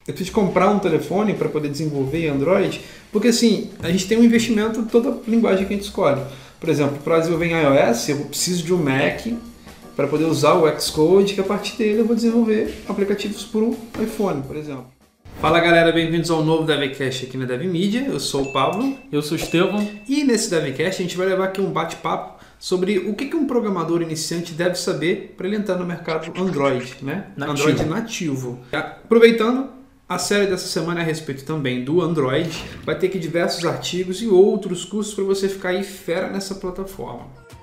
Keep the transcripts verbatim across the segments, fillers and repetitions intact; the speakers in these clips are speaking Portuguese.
eu preciso comprar um telefone para poder desenvolver Android, porque assim, a gente tem um investimento em toda a linguagem que a gente escolhe. Por exemplo, para desenvolver em iOS, eu preciso de um Mac para poder usar o Xcode, que a partir dele eu vou desenvolver aplicativos para o iPhone, por exemplo. Fala galera, bem-vindos ao novo DevCast aqui na DevMedia. Eu sou o Pablo. Eu sou o Estevão. E nesse DevCast a gente vai levar aqui um bate-papo sobre o que um programador iniciante deve saber para ele entrar no mercado Android, né? Nativo. Android nativo. Aproveitando, a série dessa semana é a respeito também do Android. Vai ter aqui diversos artigos e outros cursos para você ficar aí fera nessa plataforma.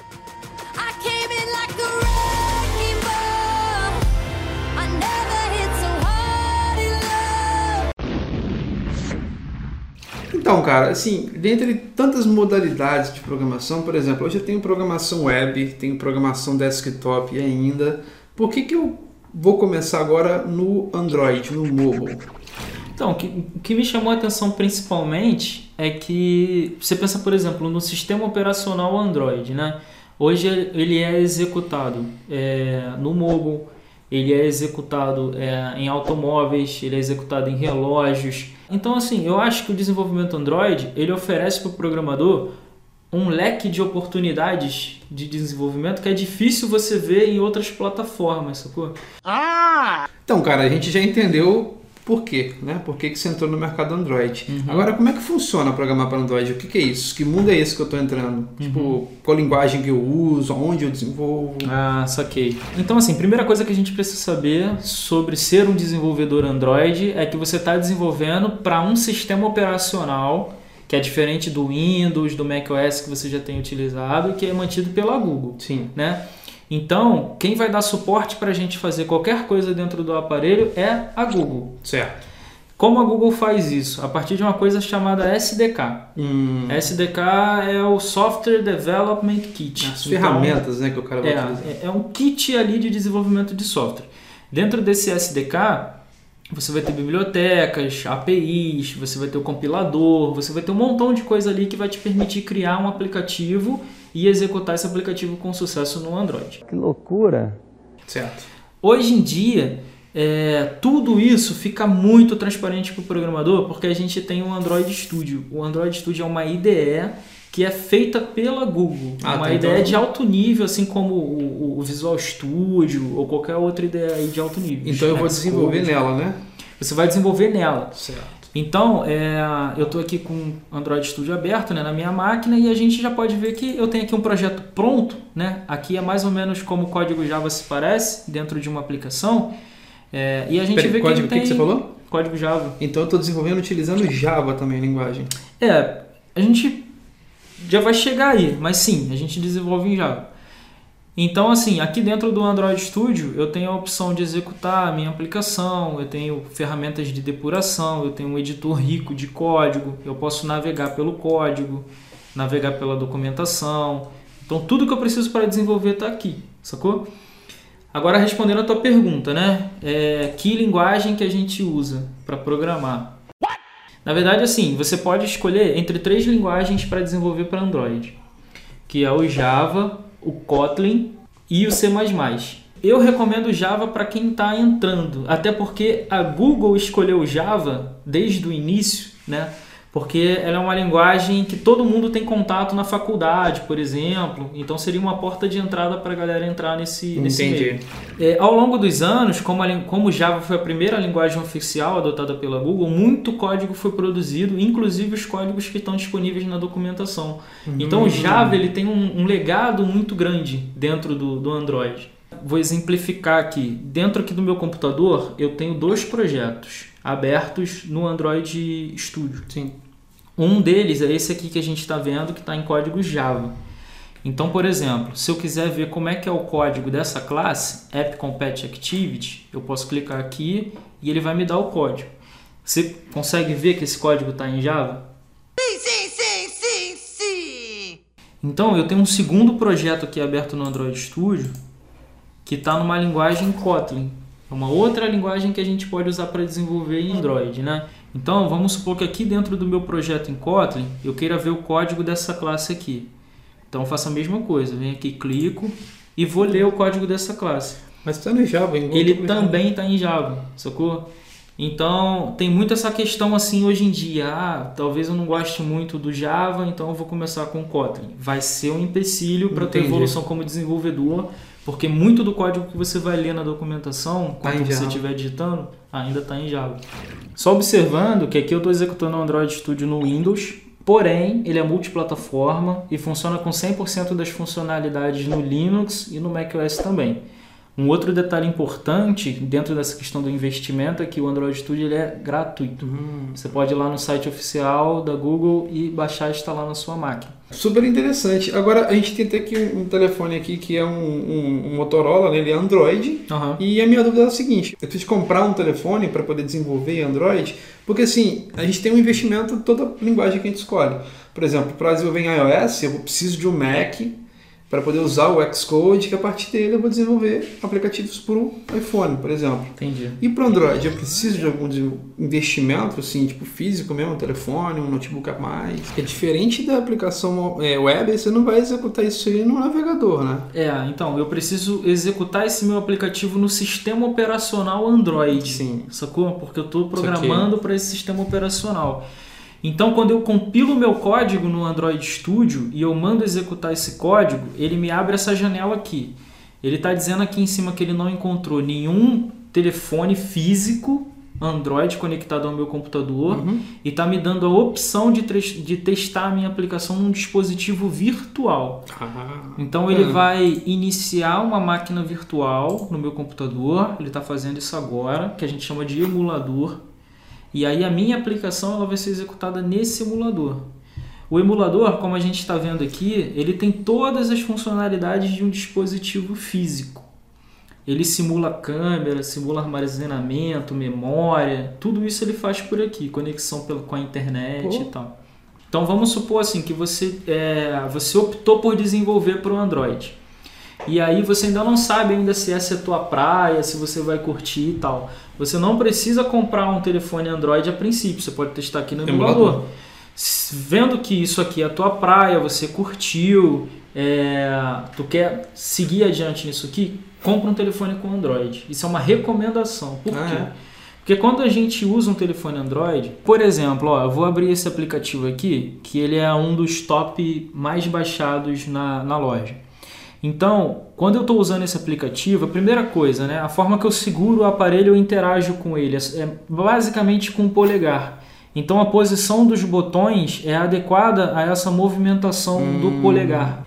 Então, cara, assim, dentre tantas modalidades de programação, por exemplo, hoje eu tenho programação web, tenho programação desktop ainda. Por que que eu vou começar agora no Android, no mobile? Então, o que, o que me chamou a atenção principalmente é que você pensa, por exemplo, no sistema operacional Android, né? Hoje ele é executado é, no mobile, ele é executado é, em automóveis, ele é executado em relógios. Então, assim, eu acho que o desenvolvimento Android, ele oferece para o programador um leque de oportunidades de desenvolvimento que é difícil você ver em outras plataformas, sacou? Ah! Então, cara, a gente já entendeu por quê, né? Por que que você entrou no mercado Android. Uhum. Agora, como é que funciona programar para Android? O que que é isso? Que mundo é esse que eu estou entrando? Uhum. Tipo, qual linguagem que eu uso? Onde eu desenvolvo? Ah, saquei. Então, assim, primeira coisa que a gente precisa saber sobre ser um desenvolvedor Android é que você está desenvolvendo para um sistema operacional que é diferente do Windows, do macOS que você já tem utilizado e que é mantido pela Google. Sim. Né? Então, quem vai dar suporte para a gente fazer qualquer coisa dentro do aparelho é a Google. Certo. Como a Google faz isso? A partir de uma coisa chamada S D K. Hum. S D K é o Software Development Kit. As então, ferramentas, né, que o cara vai é, utilizar. É um kit ali de desenvolvimento de software. Dentro desse S D K, você vai ter bibliotecas, A P Is, você vai ter o compilador, você vai ter um montão de coisa ali que vai te permitir criar um aplicativo e executar esse aplicativo com sucesso no Android. Que loucura! Certo. Hoje em dia, é, tudo isso fica muito transparente para o programador porque a gente tem o Android Studio. O Android Studio é uma I D E que é feita pela Google. Ah, uma tá, I D E então... de alto nível, assim como o, o Visual Studio ou qualquer outra I D E de alto nível. Então eu vou desenvolver nela, né? Você vai desenvolver nela. Certo. Então, é, eu estou aqui com o Android Studio aberto, né, na minha máquina e a gente já pode ver que eu tenho aqui um projeto pronto. Né? Aqui é mais ou menos como o código Java se parece dentro de uma aplicação. É, e a gente Pera, vê código, que tem... que você falou? Código Java. Então eu estou desenvolvendo utilizando Java também, a linguagem. É, a gente já vai chegar aí, mas sim, a gente desenvolve em Java. Então, assim, aqui dentro do Android Studio eu tenho a opção de executar a minha aplicação, eu tenho ferramentas de depuração, eu tenho um editor rico de código, eu posso navegar pelo código, navegar pela documentação. Então, tudo que eu preciso para desenvolver está aqui, sacou? Agora, respondendo a tua pergunta, né? É, que linguagem que a gente usa para programar? Na verdade, assim, você pode escolher entre três linguagens para desenvolver para Android, que é o Java, o Kotlin e o C mais mais. Eu recomendo Java para quem está entrando, até porque a Google escolheu Java desde o início, né? Porque ela é uma linguagem que todo mundo tem contato na faculdade, por exemplo. Então seria uma porta de entrada para a galera entrar nesse, nesse meio. É, ao longo dos anos, como, a, como Java foi a primeira linguagem oficial adotada pela Google, muito código foi produzido, inclusive os códigos que estão disponíveis na documentação. Uhum. Então o Java ele tem um, um legado muito grande dentro do, do Android. Vou exemplificar aqui. Dentro aqui do meu computador, eu tenho dois projetos abertos no Android Studio. Sim. Um deles é esse aqui que a gente está vendo, que está em código Java. Então, por exemplo, se eu quiser ver como é que é o código dessa classe, AppCompatActivity, eu posso clicar aqui e ele vai me dar o código. Você consegue ver que esse código está em Java? Sim, sim, sim, sim, sim! Então, eu tenho um segundo projeto aqui aberto no Android Studio, que está numa linguagem Kotlin. É uma outra linguagem que a gente pode usar para desenvolver em Android, né? Então, vamos supor que aqui dentro do meu projeto em Kotlin, eu queira ver o código dessa classe aqui. Então, eu faço a mesma coisa. Venho aqui, clico e vou ler o código dessa classe. Mas está no Java. Ele também está em Java, sacou? Então, tem muito essa questão assim hoje em dia. Ah, talvez eu não goste muito do Java, então eu vou começar com o Kotlin. Vai ser um empecilho para ter evolução como desenvolvedor, porque muito do código que você vai ler na documentação, tá quando você estiver digitando, ainda está em Java. Só observando que aqui eu estou executando o Android Studio no Windows, porém ele é multiplataforma e funciona com cem por cento das funcionalidades no Linux e no macOS também. Um outro detalhe importante dentro dessa questão do investimento é que o Android Studio ele é gratuito. Uhum. Você pode ir lá no site oficial da Google e baixar e instalar na sua máquina. Super interessante. Agora, a gente tem até aqui um telefone aqui que é um, um, um Motorola, né? Ele é Android. Uhum. E a minha dúvida é a seguinte: eu preciso comprar um telefone para poder desenvolver Android, porque assim, a gente tem um investimento em toda a linguagem que a gente escolhe. Por exemplo, para desenvolver em iOS, eu preciso de um Mac para poder usar o Xcode, que a partir dele eu vou desenvolver aplicativos para o iPhone, por exemplo. Entendi. E para o Android, eu preciso de algum investimento, assim, tipo físico mesmo, um telefone, um notebook a mais. É diferente da aplicação é, web, você não vai executar isso aí no navegador, né? É, então, eu preciso executar esse meu aplicativo no sistema operacional Android. Sim. Sacou? Porque eu estou programando para esse sistema operacional. Então, quando eu compilo o meu código no Android Studio e eu mando executar esse código, ele me abre essa janela aqui. Ele está dizendo aqui em cima que ele não encontrou nenhum telefone físico Android conectado ao meu computador, uhum. e está me dando a opção de, de testar a minha aplicação num dispositivo virtual. Ah, então, ele é. vai iniciar uma máquina virtual no meu computador. Ele está fazendo isso agora, que a gente chama de emulador. E aí a minha aplicação ela vai ser executada nesse emulador. O emulador, como a gente está vendo aqui, ele tem todas as funcionalidades de um dispositivo físico. Ele simula câmera, simula armazenamento, memória, tudo isso ele faz por aqui, conexão pelo, com a internet Pô. e tal. Então vamos supor assim que você, é, você optou por desenvolver para o Android. E aí você ainda não sabe ainda se essa é a tua praia, se você vai curtir e tal. Você não precisa comprar um telefone Android a princípio, você pode testar aqui no emulador. emulador. Vendo que isso aqui é a tua praia, você curtiu, é, tu quer seguir adiante nisso aqui, compra um telefone com Android. Isso é uma recomendação. Por ah, quê? É? Porque quando a gente usa um telefone Android, por exemplo, ó, eu vou abrir esse aplicativo aqui, que ele é um dos top mais baixados na, na loja. Então, quando eu estou usando esse aplicativo, a primeira coisa, né, a forma que eu seguro o aparelho, eu interajo com ele, é basicamente com o polegar. Então, a posição dos botões é adequada a essa movimentação hum. do polegar.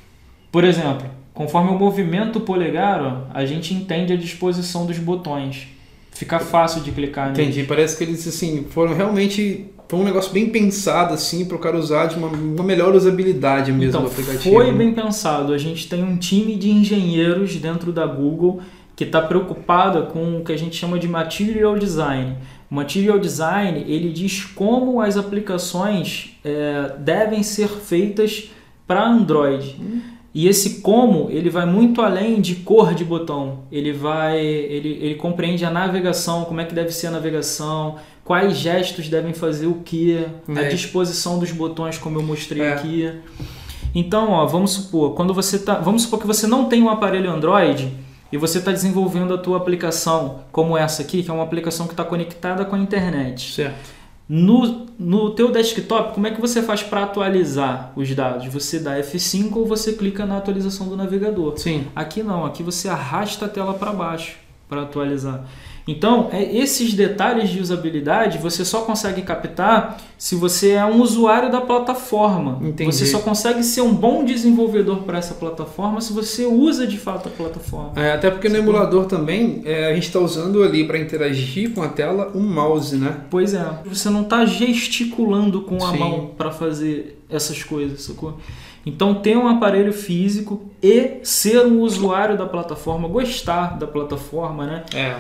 Por exemplo, conforme eu movimento o polegar, ó, a gente entende a disposição dos botões. Fica fácil de clicar neles. Entendi, parece que eles assim, foram realmente... Foi um negócio bem pensado assim para o cara usar de uma, uma melhor usabilidade mesmo então, do aplicativo. Foi bem pensado. A gente tem um time de engenheiros dentro da Google que está preocupada com o que a gente chama de Material Design. O Material Design ele diz como as aplicações é, devem ser feitas para Android. Hum. E esse como, ele vai muito além de cor de botão. Ele vai, ele, ele compreende a navegação, como é que deve ser a navegação, quais gestos devem fazer o que, é. a disposição dos botões, como eu mostrei é. aqui. Então, ó, vamos supor, quando você tá, vamos supor que você não tem um aparelho Android e você está desenvolvendo a tua aplicação, como essa aqui, que é uma aplicação que está conectada com a internet. Certo. No, no teu desktop, como é que você faz para atualizar os dados? Você dá F cinco ou você clica na atualização do navegador? Sim. Aqui não, aqui você arrasta a tela para baixo para atualizar. Então, é, esses detalhes de usabilidade você só consegue captar se você é um usuário da plataforma. Entendi. Você só consegue ser um bom desenvolvedor para essa plataforma se você usa de fato a plataforma. É, até porque no emulador também é, a gente está usando ali para interagir com a tela um mouse, né? Pois é. Você não está gesticulando com a Sim. mão para fazer essas coisas, sacou? Então, ter um aparelho físico e ser um usuário da plataforma, gostar da plataforma, né? É.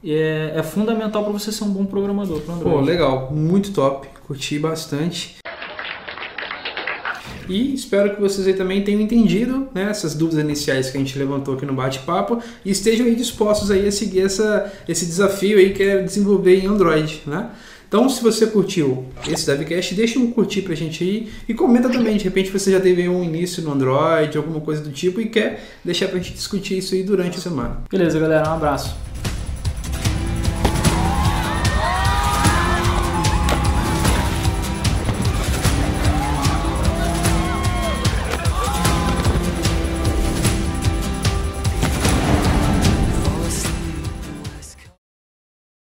É, é fundamental para você ser um bom programador para Android. Pô, legal, muito top, curti bastante. E espero que vocês aí também tenham entendido, né, essas dúvidas iniciais que a gente levantou aqui no bate-papo e estejam aí dispostos aí a seguir essa, esse desafio aí que é desenvolver em Android, né? Então, se você curtiu esse DevCast, deixa um curtir pra gente aí e comenta também, de repente você já teve um início no Android, alguma coisa do tipo e quer deixar pra gente discutir isso aí durante a semana. Beleza, galera, um abraço.